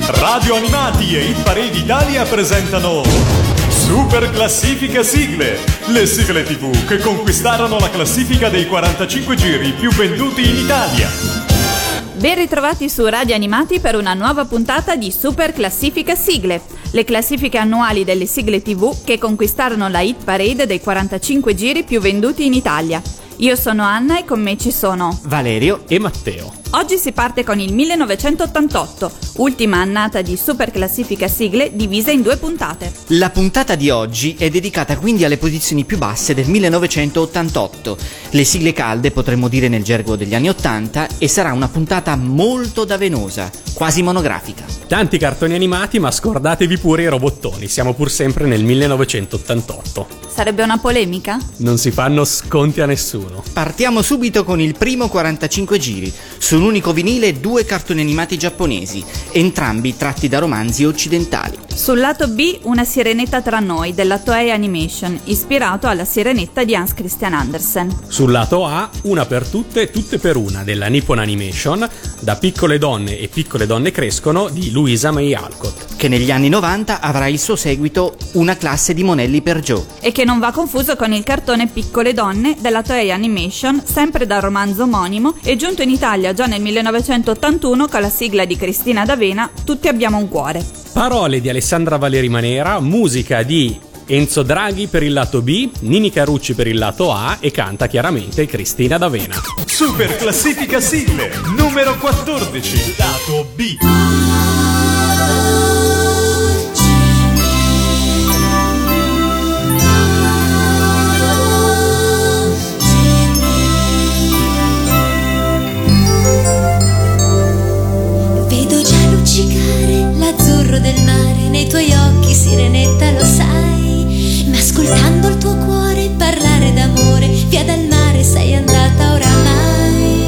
Radio Animati e Hit Parade Italia presentano Super Classifica Sigle, le sigle TV che conquistarono la classifica dei 45 giri più venduti in Italia. Ben ritrovati su Radio Animati per una nuova puntata di Super Classifica Sigle, le classifiche annuali delle sigle TV che conquistarono la Hit Parade dei 45 giri più venduti in Italia. Io sono Anna e con me ci sono Valerio e Matteo. Oggi si parte con il 1988, ultima annata di Super Classifica Sigle divisa in 2 puntate. La puntata di oggi è dedicata quindi alle posizioni più basse del 1988, le sigle calde potremmo dire nel gergo degli anni 80, e sarà una puntata molto da venosa, quasi monografica. Tanti cartoni animati, ma scordatevi pure i robottoni, siamo pur sempre nel 1988. Sarebbe una polemica? Non si fanno sconti a nessuno. Partiamo subito con il primo 45 giri. Su un unico vinile 2 cartoni animati giapponesi, entrambi tratti da romanzi occidentali. Sul lato B Una sirenetta tra noi della Toei Animation, ispirato alla Sirenetta di Hans Christian Andersen. Sul lato A Una per tutte, tutte per una della Nippon Animation, Da piccole donne e piccole donne crescono di Louisa May Alcott, che negli anni 90 avrà il suo seguito Una classe di monelli per Joe. E che non va confuso con il cartone Piccole donne della Toei Animation, sempre dal romanzo omonimo, e giunto in Italia già nel 1981 con la sigla di Cristina D'Avena, Tutti abbiamo un cuore. Parole di Alessandra Valeri Manera, musica di Enzo Draghi per il lato B, Nini Carucci per il lato A, e canta chiaramente Cristina D'Avena. Super Classifica Sigle, numero 14, lato B. L'azzurro del mare nei tuoi occhi, sirenetta, lo sai, ma ascoltando il tuo cuore parlare d'amore, via dal mare sei andata oramai.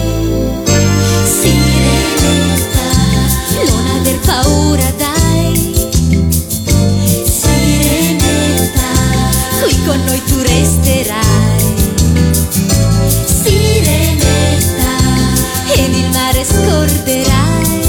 Sirenetta, non aver paura, dai. Sirenetta, qui con noi tu resterai. Sirenetta, ed il mare scorderai.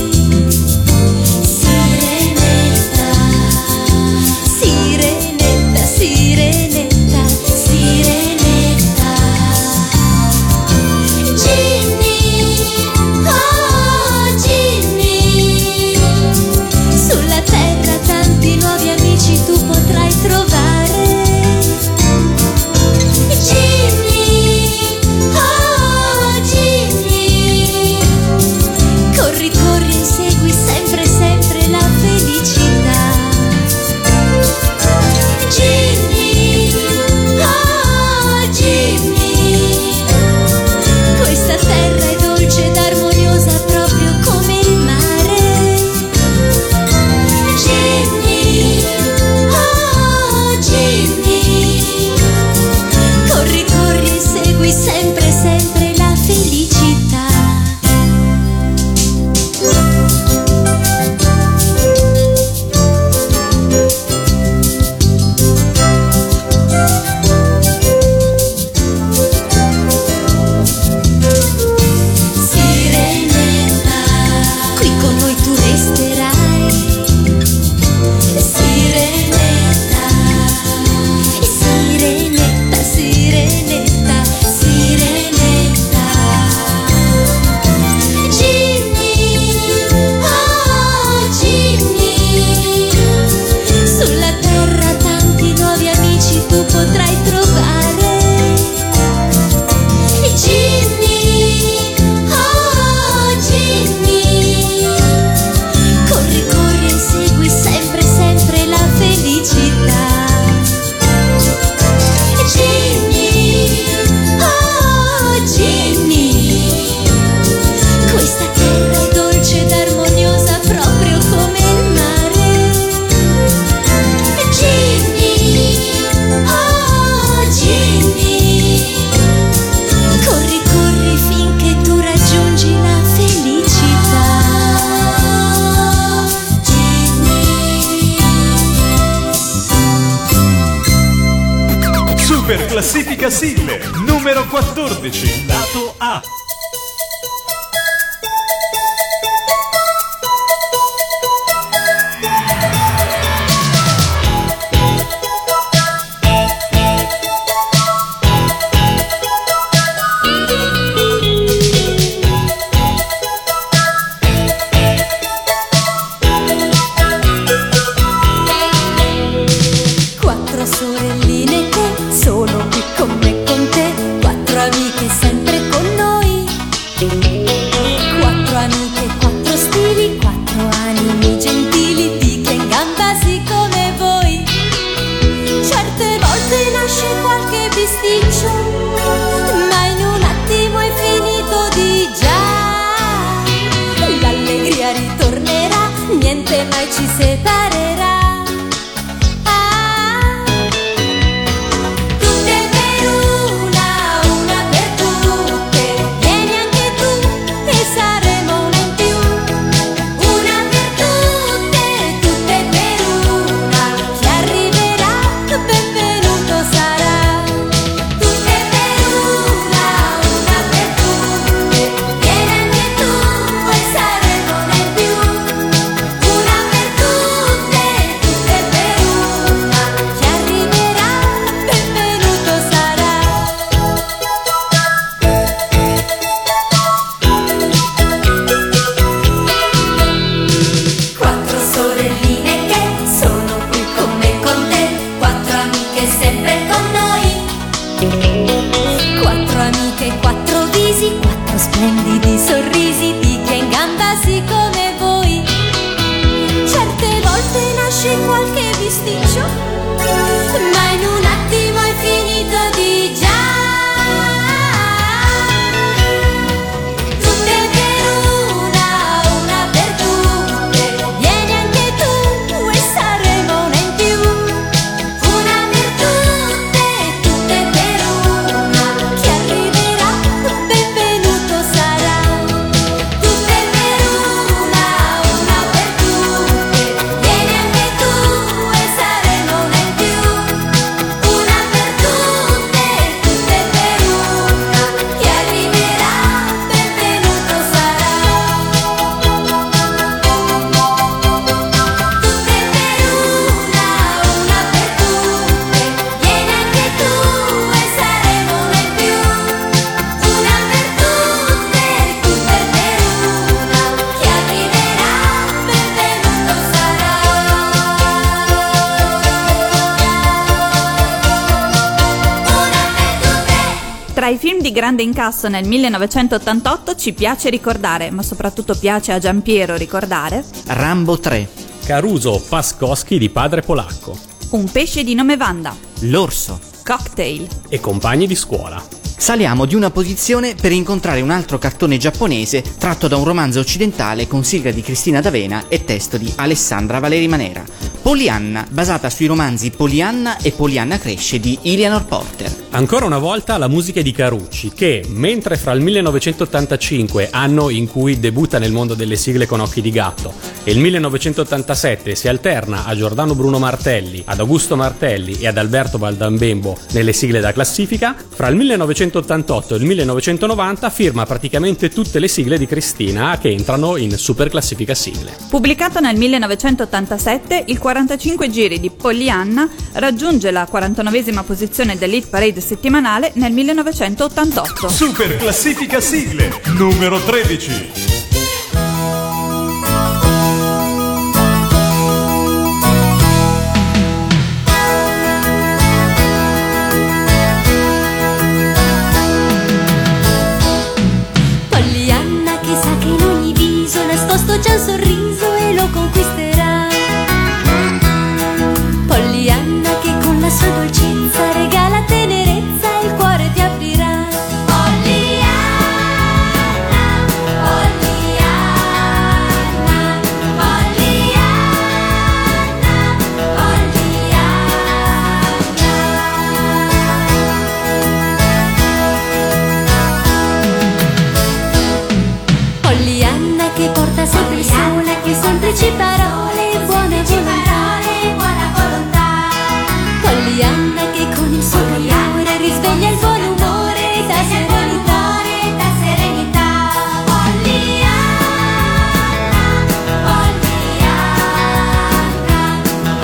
Super Classifica Sigle, numero 14, lato A. ma in un attimo hai finito di già. Tutte per una per tutte, vieni anche tu e saremo una in più. Una per tutte per una, chi arriverà benvenuto sarà. Tutte per una per tutte, vieni anche tu e saremo una in più. Una per tutte per una, chi arriverà benvenuto sarà. Tutte per una per tutte, vieni anche tu e saremo una in più. Una per tutte per una, chi arriverà benvenuto sarà. Tra i film di grande incasso nel 1988 ci piace ricordare, ma soprattutto piace a Giampiero ricordare, Rambo 3, Caruso Paskowski di padre polacco Un pesce di nome Wanda, L'orso. Cocktail. e compagni di scuola. Saliamo di una posizione per incontrare un altro cartone giapponese tratto da un romanzo occidentale con sigla di Cristina D'Avena e testo di Alessandra Valeri Manera. Pollyanna, basata sui romanzi Pollyanna e Pollyanna cresce di Eleanor Porter. Ancora una volta la musica di Carucci che, mentre fra il 1985, anno in cui debutta nel mondo delle sigle con Occhi di gatto, e il 1987 si alterna a Giordano Bruno Martelli, ad Augusto Martelli e ad Alberto Valdambembo nelle sigle da classifica, fra il 1988 e il 1990 firma praticamente tutte le sigle di Cristina che entrano in super classifica sigle. Pubblicato nel 1987, il 45 giri di Pollyanna raggiunge la 49esima posizione dell'Hit Parade settimanale nel 1988. Super classifica sigle numero 13. Pollyanna che sa che in ogni viso nascosto c'è un sorriso e lo conquisterà. Pollyanna che con la sua dolcezza regala tenerezza e il cuore ti aprirà. Pollyanna, Pollyanna, Pollyanna, Pollyanna che porta sempre il sole, che semplici parole e buona volontà. Pollyanna che con il suo calore risveglia il buon umore e dà serenità. Pollyanna, Pollyanna,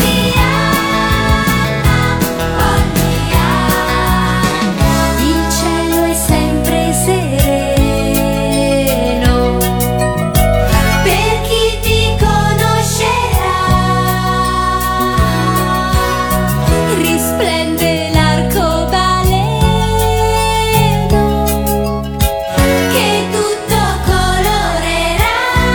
Pollyanna, il cielo è sempre sereno per chi ti conoscerà. Risplende l'arcobaleno che tutto colorerà.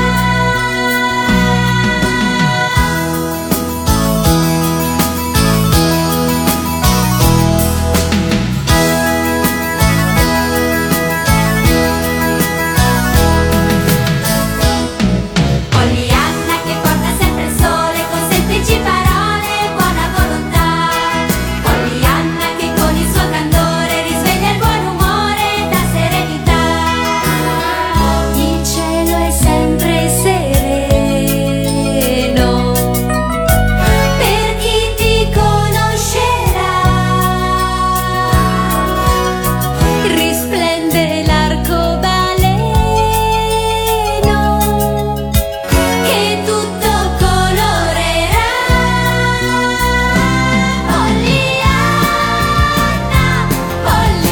Pollyanna che porta sempre il sole con semplici parole e buona volontà. Pollyanna che con il suo candore risveglia il buon umore e dà serenità. Il cielo è sempre sereno per chi ti conoscerà. Risplende l'arcobaleno che tutto colorerà. Pollyanna,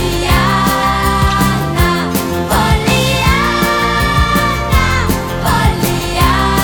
Pollyanna,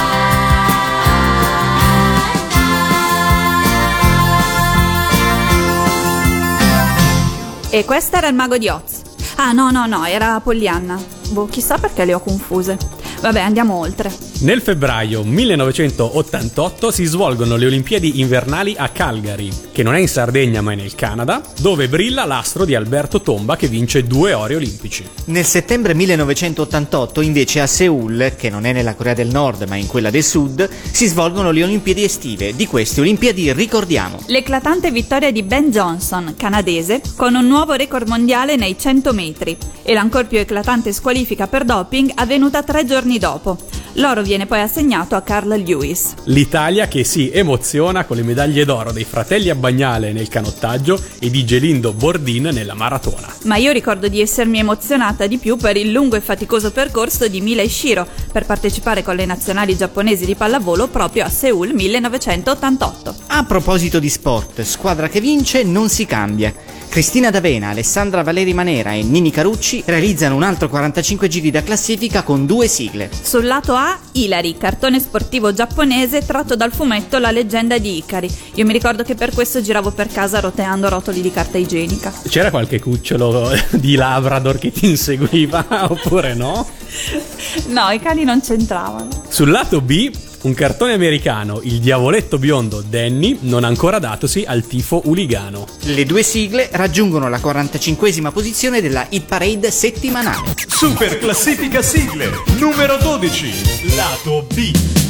Pollyanna. E questa era il Mago di Oz. Ah no, era Pollyanna. Boh, chissà perché le ho confuse. Vabbè, andiamo oltre. Nel febbraio 1988 si svolgono le Olimpiadi invernali a Calgary, che non è in Sardegna ma è nel Canada, dove brilla l'astro di Alberto Tomba che vince 2 ori olimpici. Nel settembre 1988 invece a Seul, che non è nella Corea del Nord ma in quella del Sud, si svolgono le Olimpiadi estive. Di queste Olimpiadi ricordiamo L'eclatante vittoria di Ben Johnson, canadese, con un nuovo record mondiale nei 100 metri e l'ancor più eclatante squalifica per doping avvenuta 3 giorni dopo. L'oro viene poi assegnato a Carl Lewis. L'Italia che si emoziona con le medaglie d'oro dei fratelli Abbagnale nel canottaggio e di Gelindo Bordin nella maratona. Ma io ricordo di essermi emozionata di più per il lungo e faticoso percorso di Mila Ishiro per partecipare con le nazionali giapponesi di pallavolo proprio a Seul 1988. A proposito di sport, squadra che vince non si cambia. Cristina D'Avena, Alessandra Valeri Manera e Nini Carucci realizzano un altro 45 giri da classifica con 2 sigle. Sul lato A, Hilary, cartone sportivo giapponese tratto dal fumetto La leggenda di Ikari. Io mi ricordo che per questo giravo per casa roteando rotoli di carta igienica. C'era qualche cucciolo di Labrador che ti inseguiva oppure no? No, i cani non c'entravano. Sul lato B, un cartone americano, il diavoletto biondo Danny, non ancora datosi al tifo uligano. Le 2 sigle raggiungono la 45esima posizione della hit parade settimanale. Super classifica sigle numero 12, lato B.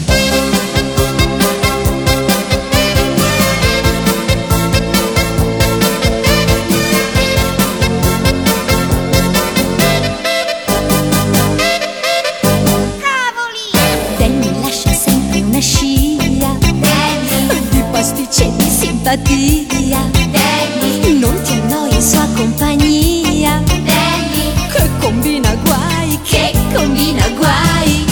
Danny lascia sempre una scia, Danny, di pasticci e di simpatia, Danny, non ti annoi in sua compagnia, Danny, che combina guai, che combina guai.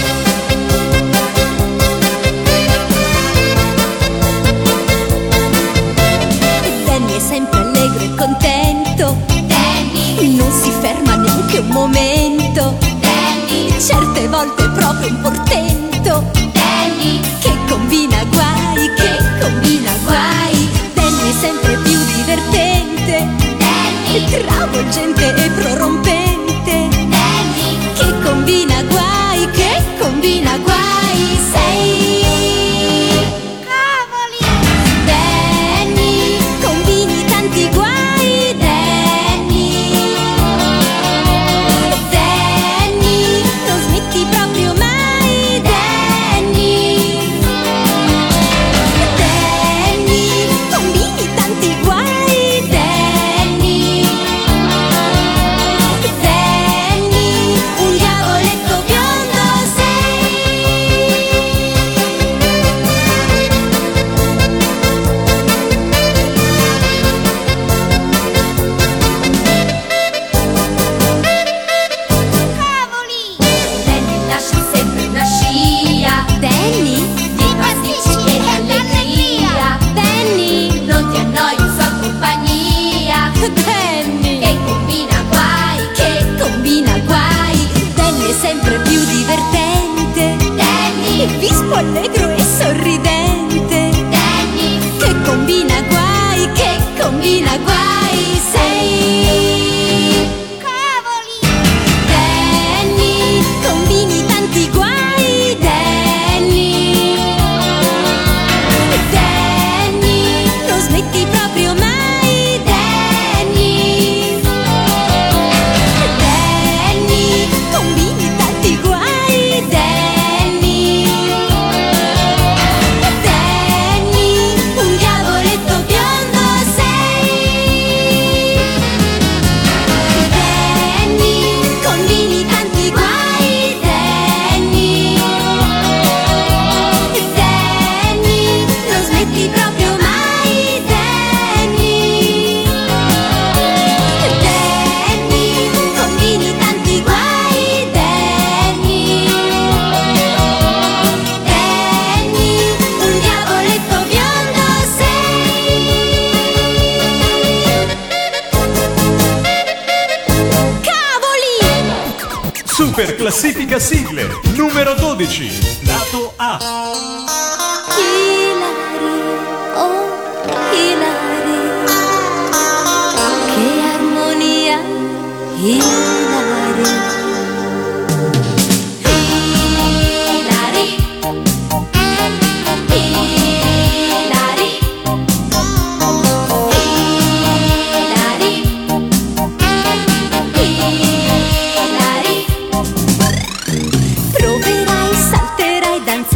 Danny è sempre allegro e contento, Danny, non si ferma neanche un momento, Danny, certe volte è proprio un portento, Danny, che combina guai, che combina guai. Danny è sempre più divertente, Danny, travolgente e prorompente, Danny, che combina guai, che combina guai. Sei Danny, combini tanti guai, Danny, Danny, non smetti proprio mai, Danny, Danny, combini tanti guai, Danny, Danny, un diavoletto biondo sei. Danny lascia sempre una scia, Danny, di pasticci e allegria, Danny, non ti annoi in sua compagnia, Danny, che combina guai, che combina guai. Danny è sempre più divertente, Danny, vispo allegro e sorridente, Danny, che combina guai, che combina guai. Sei Danny, combini tanti guai, Danny, Danny, non smetti proprio mai, Danny, Danny, combini tanti guai, Danny, Danny, un diavoletto biondo sei. Danny, combini tanti guai, Danny, Danny, non smetti proprio mai, Danny, Danny, combini tanti guai, Danny, Danny, un diavoletto biondo sei. Cavoli! Super classifica sigle numero 12, lato A. Hilary, oh Hilary, che armonia, Hilary, Hilary,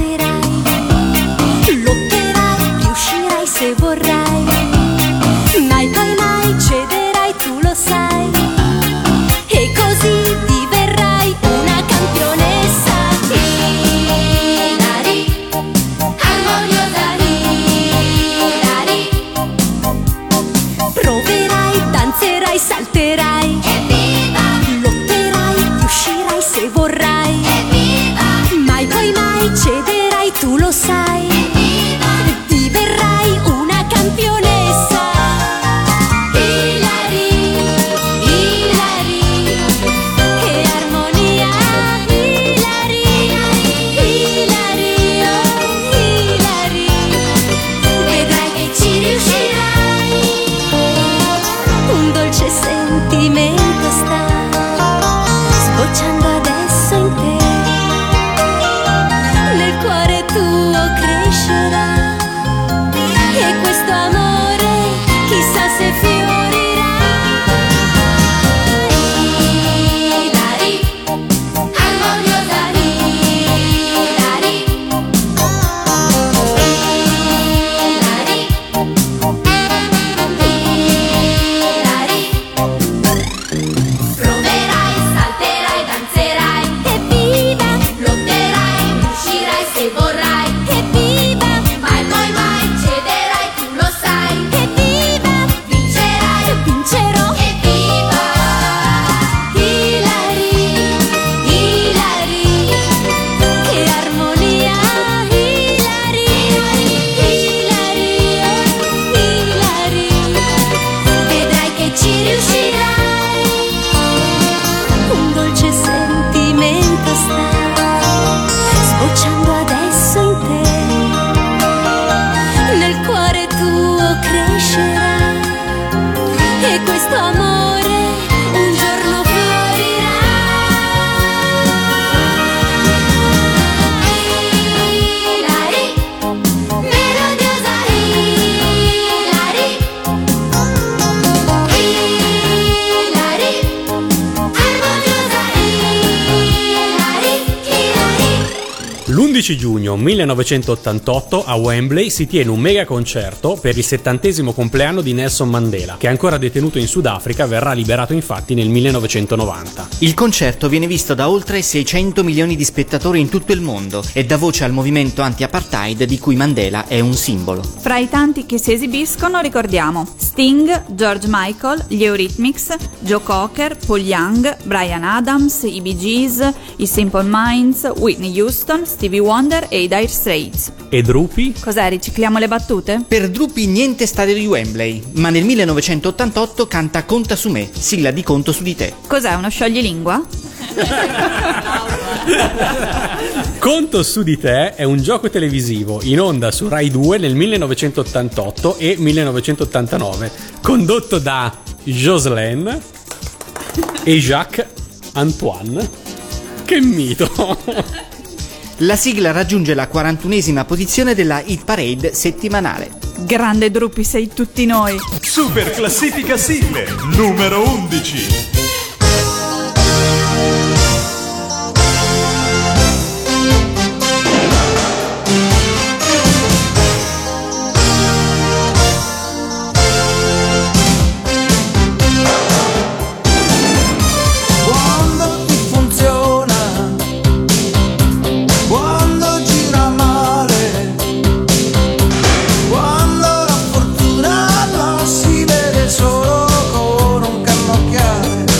morirai. Lotterai, riuscirai se vorrai, mai poi mai cederai, tu lo sai. E così diverrai una campionessa. Hilary, armoniosa Hilary. Proverai, danzerai, salterai. Evviva! Lotterai, riuscirai se vorrai. Evviva! Mai poi mai cederai, tu lo sai. Evviva! Diverrai una campionessa. Hilary, Hilary, che armonia. Hilary, Hilary, oh Hilary, vedrai che ci riuscirai. Un dolce sentimento sta sbocciando adesso in te, nel cuore tuo crescerà, e questo amore chissà se fiorirà. Hilary, armoniosa Hilary. Hilary, Hilary. Proverai, salterai, danzerai. Evviva! Lotterai, riuscirai se vorrai. Evviva! Mai poi mai cederai, tu lo sai. Evviva! Vincerai, vincerò. Evviva! Hilary, Hilary, che armonia. Hilary, Hilary, oh Hilary, vedrai che ci riuscirai. Un dolce sentimento sta sbocciando adesso in te, nel cuore tuo crescerà, e questo amore un giorno fiorirà. Hilary, melodiosa Hilary. Hilary, armoniosa Hilary. Hilary. L'11 giugno 1988 a Wembley si tiene un mega concerto per il 70° compleanno di Nelson Mandela, che è ancora detenuto in Sudafrica, verrà liberato infatti nel 1990. Il concerto viene visto da oltre 600 milioni di spettatori in tutto il mondo e dà voce al movimento anti-apartheid di cui Mandela è un simbolo. Fra i tanti che si esibiscono ricordiamo Sting, George Michael, gli Eurythmics, Joe Cocker, Paul Young, Bryan Adams, i Bee Gees, i Simple Minds, Whitney Houston, Stevie Wonder e i Dire Straits. E Drupi? Cos'è, ricicliamo le battute? Per Drupi niente stadio di Wembley, ma nel 1988 canta Conta su me, sigla di Conto su di te. Cos'è, uno scioglilingua? Conto su di te è un gioco televisivo in onda su Rai 2 nel 1988 e 1989, condotto da Jocelyn e Jacques Antoine. Che mito! La sigla raggiunge la 41esima posizione della hit parade settimanale. Grande Drupi, sei tutti noi. Super classifica sigle numero 11. Quando ti funziona, quando gira male, quando la fortuna la si vede solo con un cannocchiale.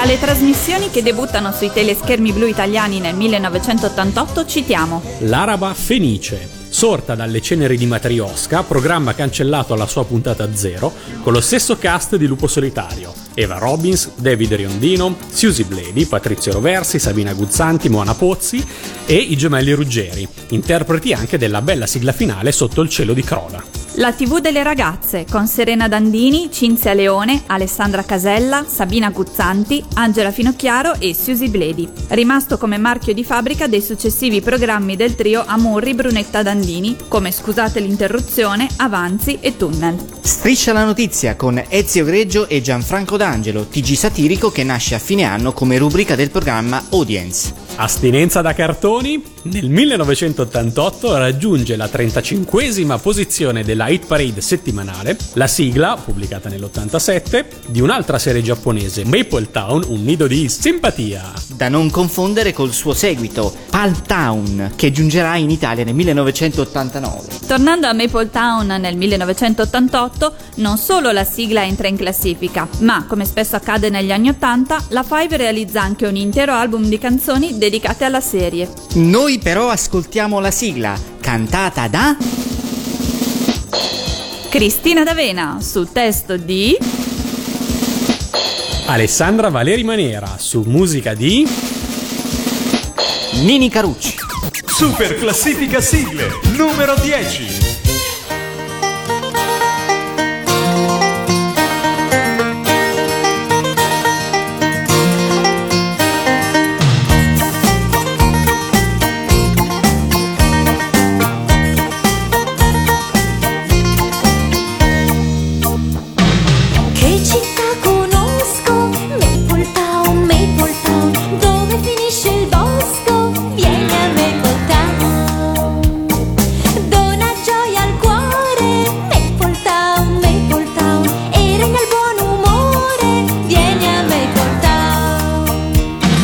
Tra le trasmissioni che debuttano sui teleschermi blu italiani nel 1988 citiamo L'Araba Fenice, sorta dalle ceneri di Matrioska, programma cancellato alla sua puntata 0, con lo stesso cast di Lupo Solitario: Eva Robbins, David Riondino, Susie Bledi, Patrizio Roversi, Sabina Guzzanti, Moana Pozzi e i gemelli Ruggeri, interpreti anche della bella sigla finale Sotto il cielo di Croda. La TV delle ragazze, con Serena Dandini, Cinzia Leone, Alessandra Casella, Sabina Guzzanti, Angela Finocchiaro e Susie Bledi, rimasto come marchio di fabbrica dei successivi programmi del trio Amurri Brunetta Dandini, come Scusate l'interruzione, Avanzi e Tunnel. Striscia la notizia con Ezio Greggio e Gianfranco D'Angelo, TG satirico che nasce a fine anno come rubrica del programma Audience. Astinenza da cartoni? Nel 1988 raggiunge la 35esima posizione della Hit Parade settimanale la sigla, pubblicata nell'87, di un'altra serie giapponese, Maple Town, un nido di simpatia. Da non confondere col suo seguito, Palm Town, che giungerà in Italia nel 1989. Tornando a Maple Town nel 1988, non solo la sigla entra in classifica, ma, come spesso accade negli anni 80, la Five realizza anche un intero album di canzoni dedicate alla serie. Noi però ascoltiamo la sigla, cantata da Cristina D'Avena, su testo di Alessandra Valeri Manera, su musica di Nini Carucci. Super classifica sigle numero 10. Che città conosco? Maple Town, dove finisce il bosco? Vieni a Maple Town, dona gioia al cuore. Maple Town, e regna il buon umore. Vieni a Maple Town,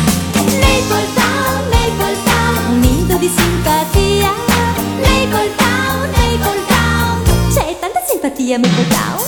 un nido di simpatia. Maple Town, c'è tanta simpatia a Maple Town.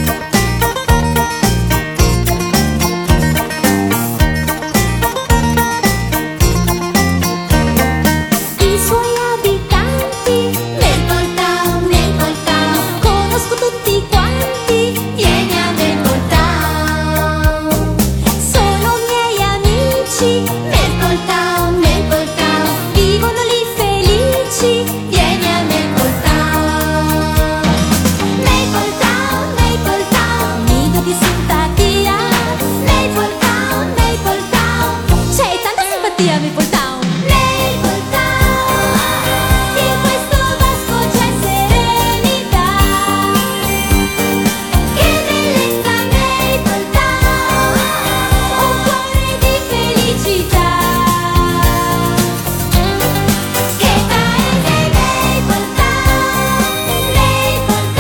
I suoi abitanti, Maple Town, conosco tutti quanti. Vieni a Maple Town, sono miei amici. Maple Town, vivono lì felici. Vieni a Maple Town, nido di simpatia. Maple Town, c'è tanta simpatia a Maple Town. In questo bosco c'è serenità. Che bellezza Maple Town, un cuore di felicità. Che paese Maple Town, Maple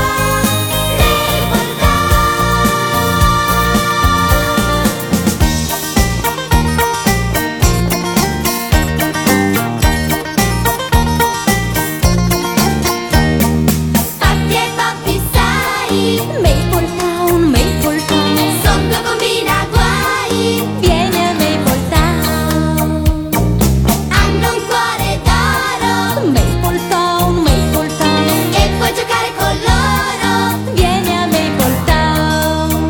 Patti e Papi sai, Maple Town, son due combina guai. Vieni a Maple Town, hanno un cuore d'oro. Maple Town, e puoi giocare con loro. Vieni a Maple Town,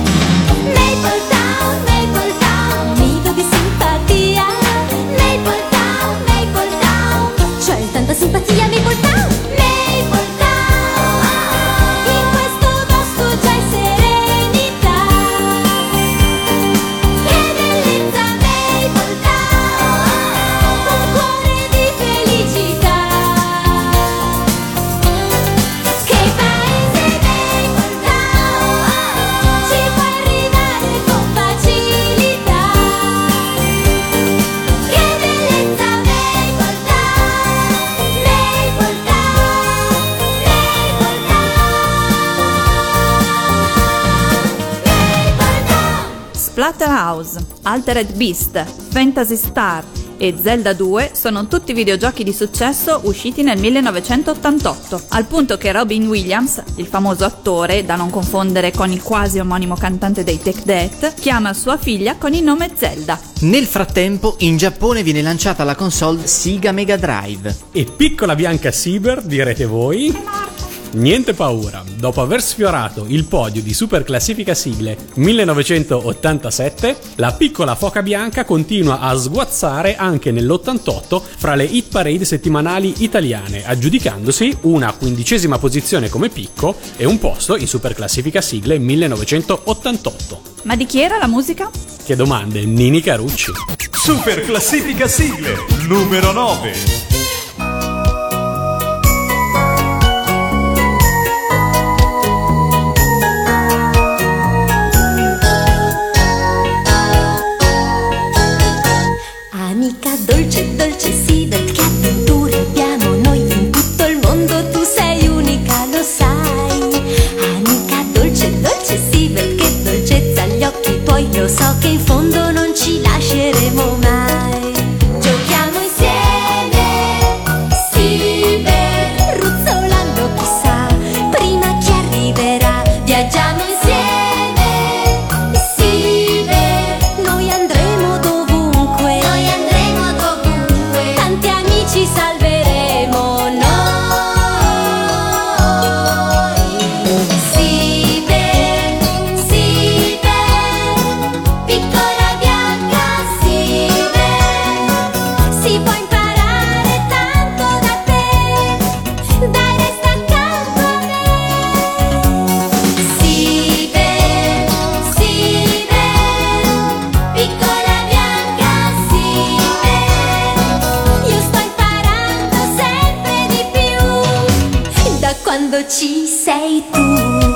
nido di simpatia. Maple Town, c'è tanta simpatia a Maple Town. In questo bosco c'è serenità. Che bellezza Maple Town, un cuore di felicità. Che paese Maple Town, ci puoi arrivare con facilità. Che bellezza Maple Town, Splatterhouse, Altered Beast, Fantasy Star, e Zelda 2 sono tutti videogiochi di successo usciti nel 1988, al punto che Robin Williams, il famoso attore, da non confondere con il quasi omonimo cantante dei Take That, chiama sua figlia con il nome Zelda. Nel frattempo, in Giappone viene lanciata la console Sega Mega Drive. E piccola Bianca Sieber, direte voi? Niente paura, dopo aver sfiorato il podio di Super Classifica Sigle 1987, la piccola foca bianca continua a sguazzare anche nell'88 fra le hit parade settimanali italiane, aggiudicandosi una 15ª posizione come picco e un posto in Super Classifica Sigle 1988. Ma di chi era la musica? Che domande, Nini Carucci. Super Classifica Sigle numero 9. Amica dolce, dolce Sibel, che avventure abbiamo noi in tutto il mondo, tu sei unica, lo sai. Amica dolce, dolce Sibel, che dolcezza agli occhi tuoi, lo so che in fondo non ci lasceremo mai. Giochiamo insieme, Sibel, ruzzolando chissà, prima chi arriverà. Viaggiamo insieme, Sibel, noi andremo dovunque, tanti amici salveremo noi. Sibel, Sibel, piccola bianca Sibel, si può imparare tanto da te, dai resta accanto a me. Sibel, Sibel, piccola bianca Sibel, io sto imparando sempre di più da quando ci sei tu.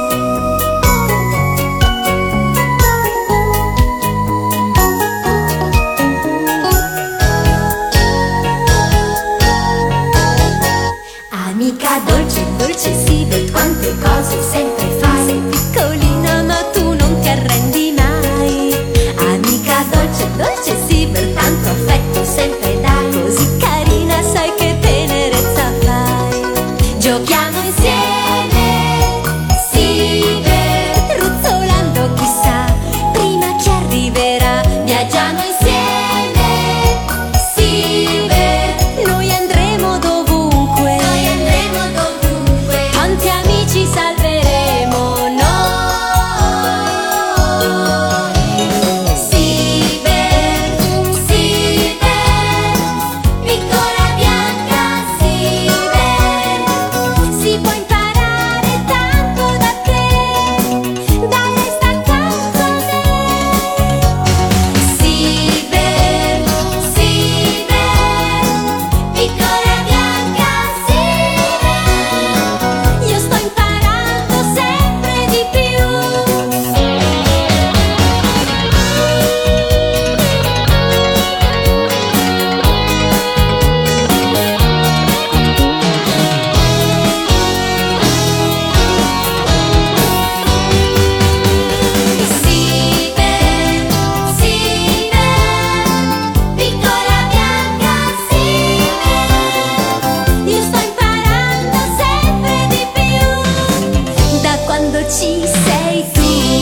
Amica dolce, dolce Sibel, quante cose sempre fai. Sei piccolina ma tu non ti arrendi mai. Amica dolce, dolce Sibel, tanto affetto sempre dai. Così carina, sai che tenerezza fai. Giochiamo insieme, Sibel, ruzzolando chissà, prima chi arriverà. Viaggiamo insieme, Sibel, noi andremo dovunque, tanti amici salveremo noi. Sibel, Sibel, piccola bianca Sibel, si può imparare tanto da te, dai resta accanto a me. Sibel, Sibel, piccola bianca Sibel, io sto imparando sempre di più. Sibel, Sibel, piccola bianca Sibel, io sto imparando sempre di più da quando ci sei tu.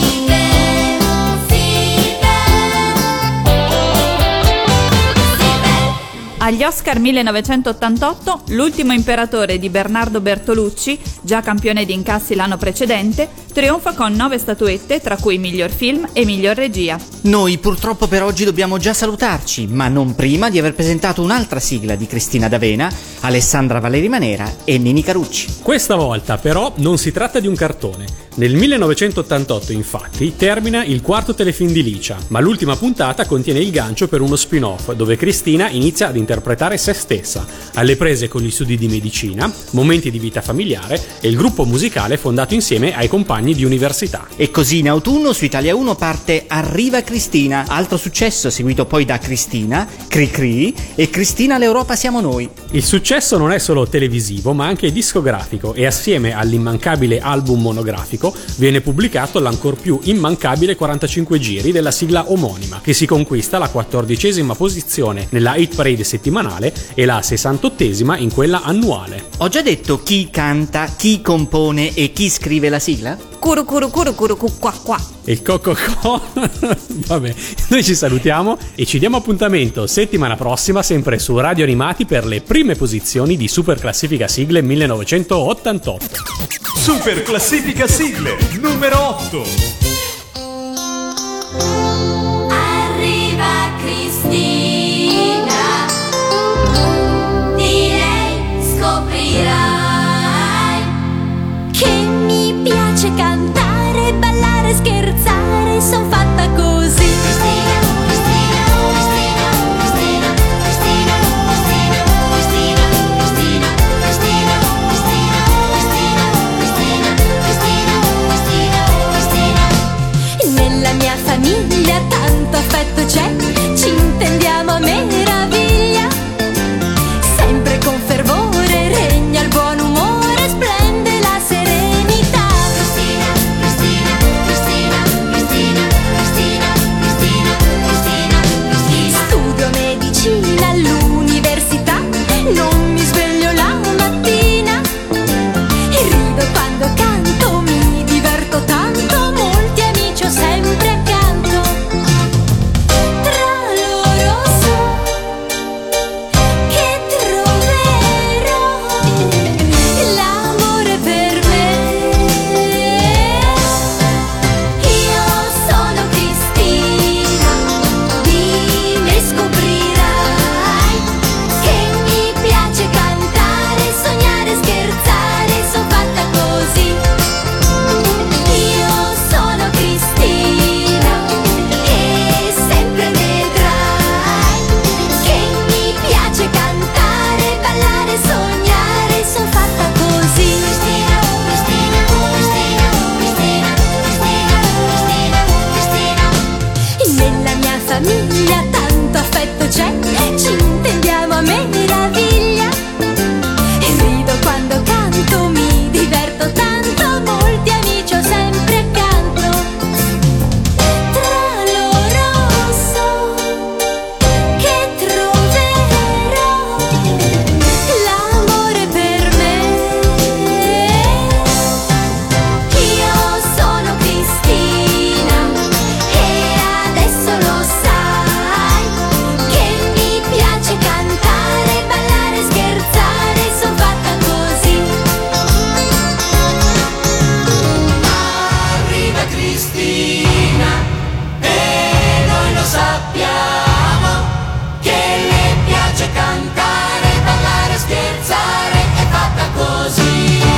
Agli Oscar 1988, l'ultimo imperatore di Bernardo Bertolucci, già campione di incassi l'anno precedente, trionfa con 9 statuette, tra cui miglior film e miglior regia. Noi purtroppo per oggi dobbiamo già salutarci, ma non prima di aver presentato un'altra sigla di Cristina D'Avena, Alessandra Valeri Manera e Nini Carucci. Questa volta però non si tratta di un cartone. Nel 1988 infatti termina il quarto telefilm di Licia, ma l'ultima puntata contiene il gancio per uno spin-off dove Cristina inizia ad interpretare interpretare se stessa, alle prese con gli studi di medicina, momenti di vita familiare e il gruppo musicale fondato insieme ai compagni di università. E così in autunno su Italia 1 parte Arriva Cristina, altro successo seguito poi da Cristina, Cri Cri e Cristina l'Europa siamo noi. Il successo non è solo televisivo ma anche discografico e assieme all'immancabile album monografico viene pubblicato l'ancor più immancabile 45 giri della sigla omonima, che si conquista la 14ª posizione nella hit parade settimanale e la 68ª in quella annuale. Ho già detto chi canta, chi compone e chi scrive la sigla? Curu curu curu curu cu qua qua. E il co. Vabbè, noi ci salutiamo e ci diamo appuntamento settimana prossima sempre su Radio Animati per le prime posizioni di Super Classifica Sigle 1988. Super Classifica Sigle numero 8. Arriva Cristina, di lei scoprirai che mi piace cantare, ballare, scherzare, son fatta così. Cristina, Cristina, Cristina, Cristina, Cristina, Cristina, Cristina, Cristina, Cristina, Cristina, Cristina, Cristina, Cristina, Cristina. Nella mia famiglia tanto affetto c'è, ci intendiamo a meraviglia. Sempre con fervore regna il buon umore, splende la serenità. Cristina, Cristina, Cristina, Cristina, Cristina, Cristina, Cristina, Cristina. Studio medicina all'università, non mi sveglio la mattina e rido quando canto, mi diverto tanto, molti amici ho sempre accanto. Tra loro so che troverò l'amore per me. Io sono Cristina, di me scoprirai che mi piace cantare, sognare, scherzare, son fatta così. Io sono Cristina e sempre vedrai che mi piace cantare, ballare, sognare, son fatta così. Cristina, Cristina, Cristina, Cristina, Cristina, Cristina, Cristina. Nella mia famiglia tanto affetto c'è, ci intendiamo a meraviglia e rido quando canto, mi diverto tanto, molti amici ho sempre accanto. Tra loro so che troverò l'amore per me. Io sono Cristina e adesso lo sai che mi piace cantare, ballare, scherzare, son fatta così. Arriva Cristina e noi lo sappiamo che le piace cantare, ballare, scherzare, è fatta così.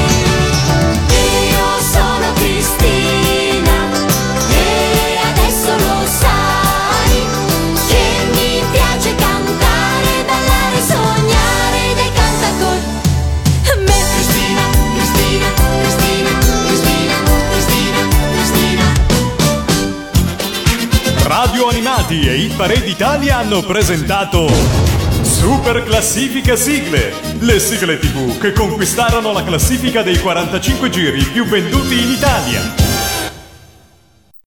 Io sono Cristina e adesso lo sai che mi piace cantare, ballare, sognare, dai canta con me. Cristina, Cristina, Cristina, Cristina, Cristina, Cristina. Radio Animati e Hit Parade Italia hanno presentato Super Classifica Sigle, le sigle TV che conquistarono la classifica dei 45 giri più venduti in Italia.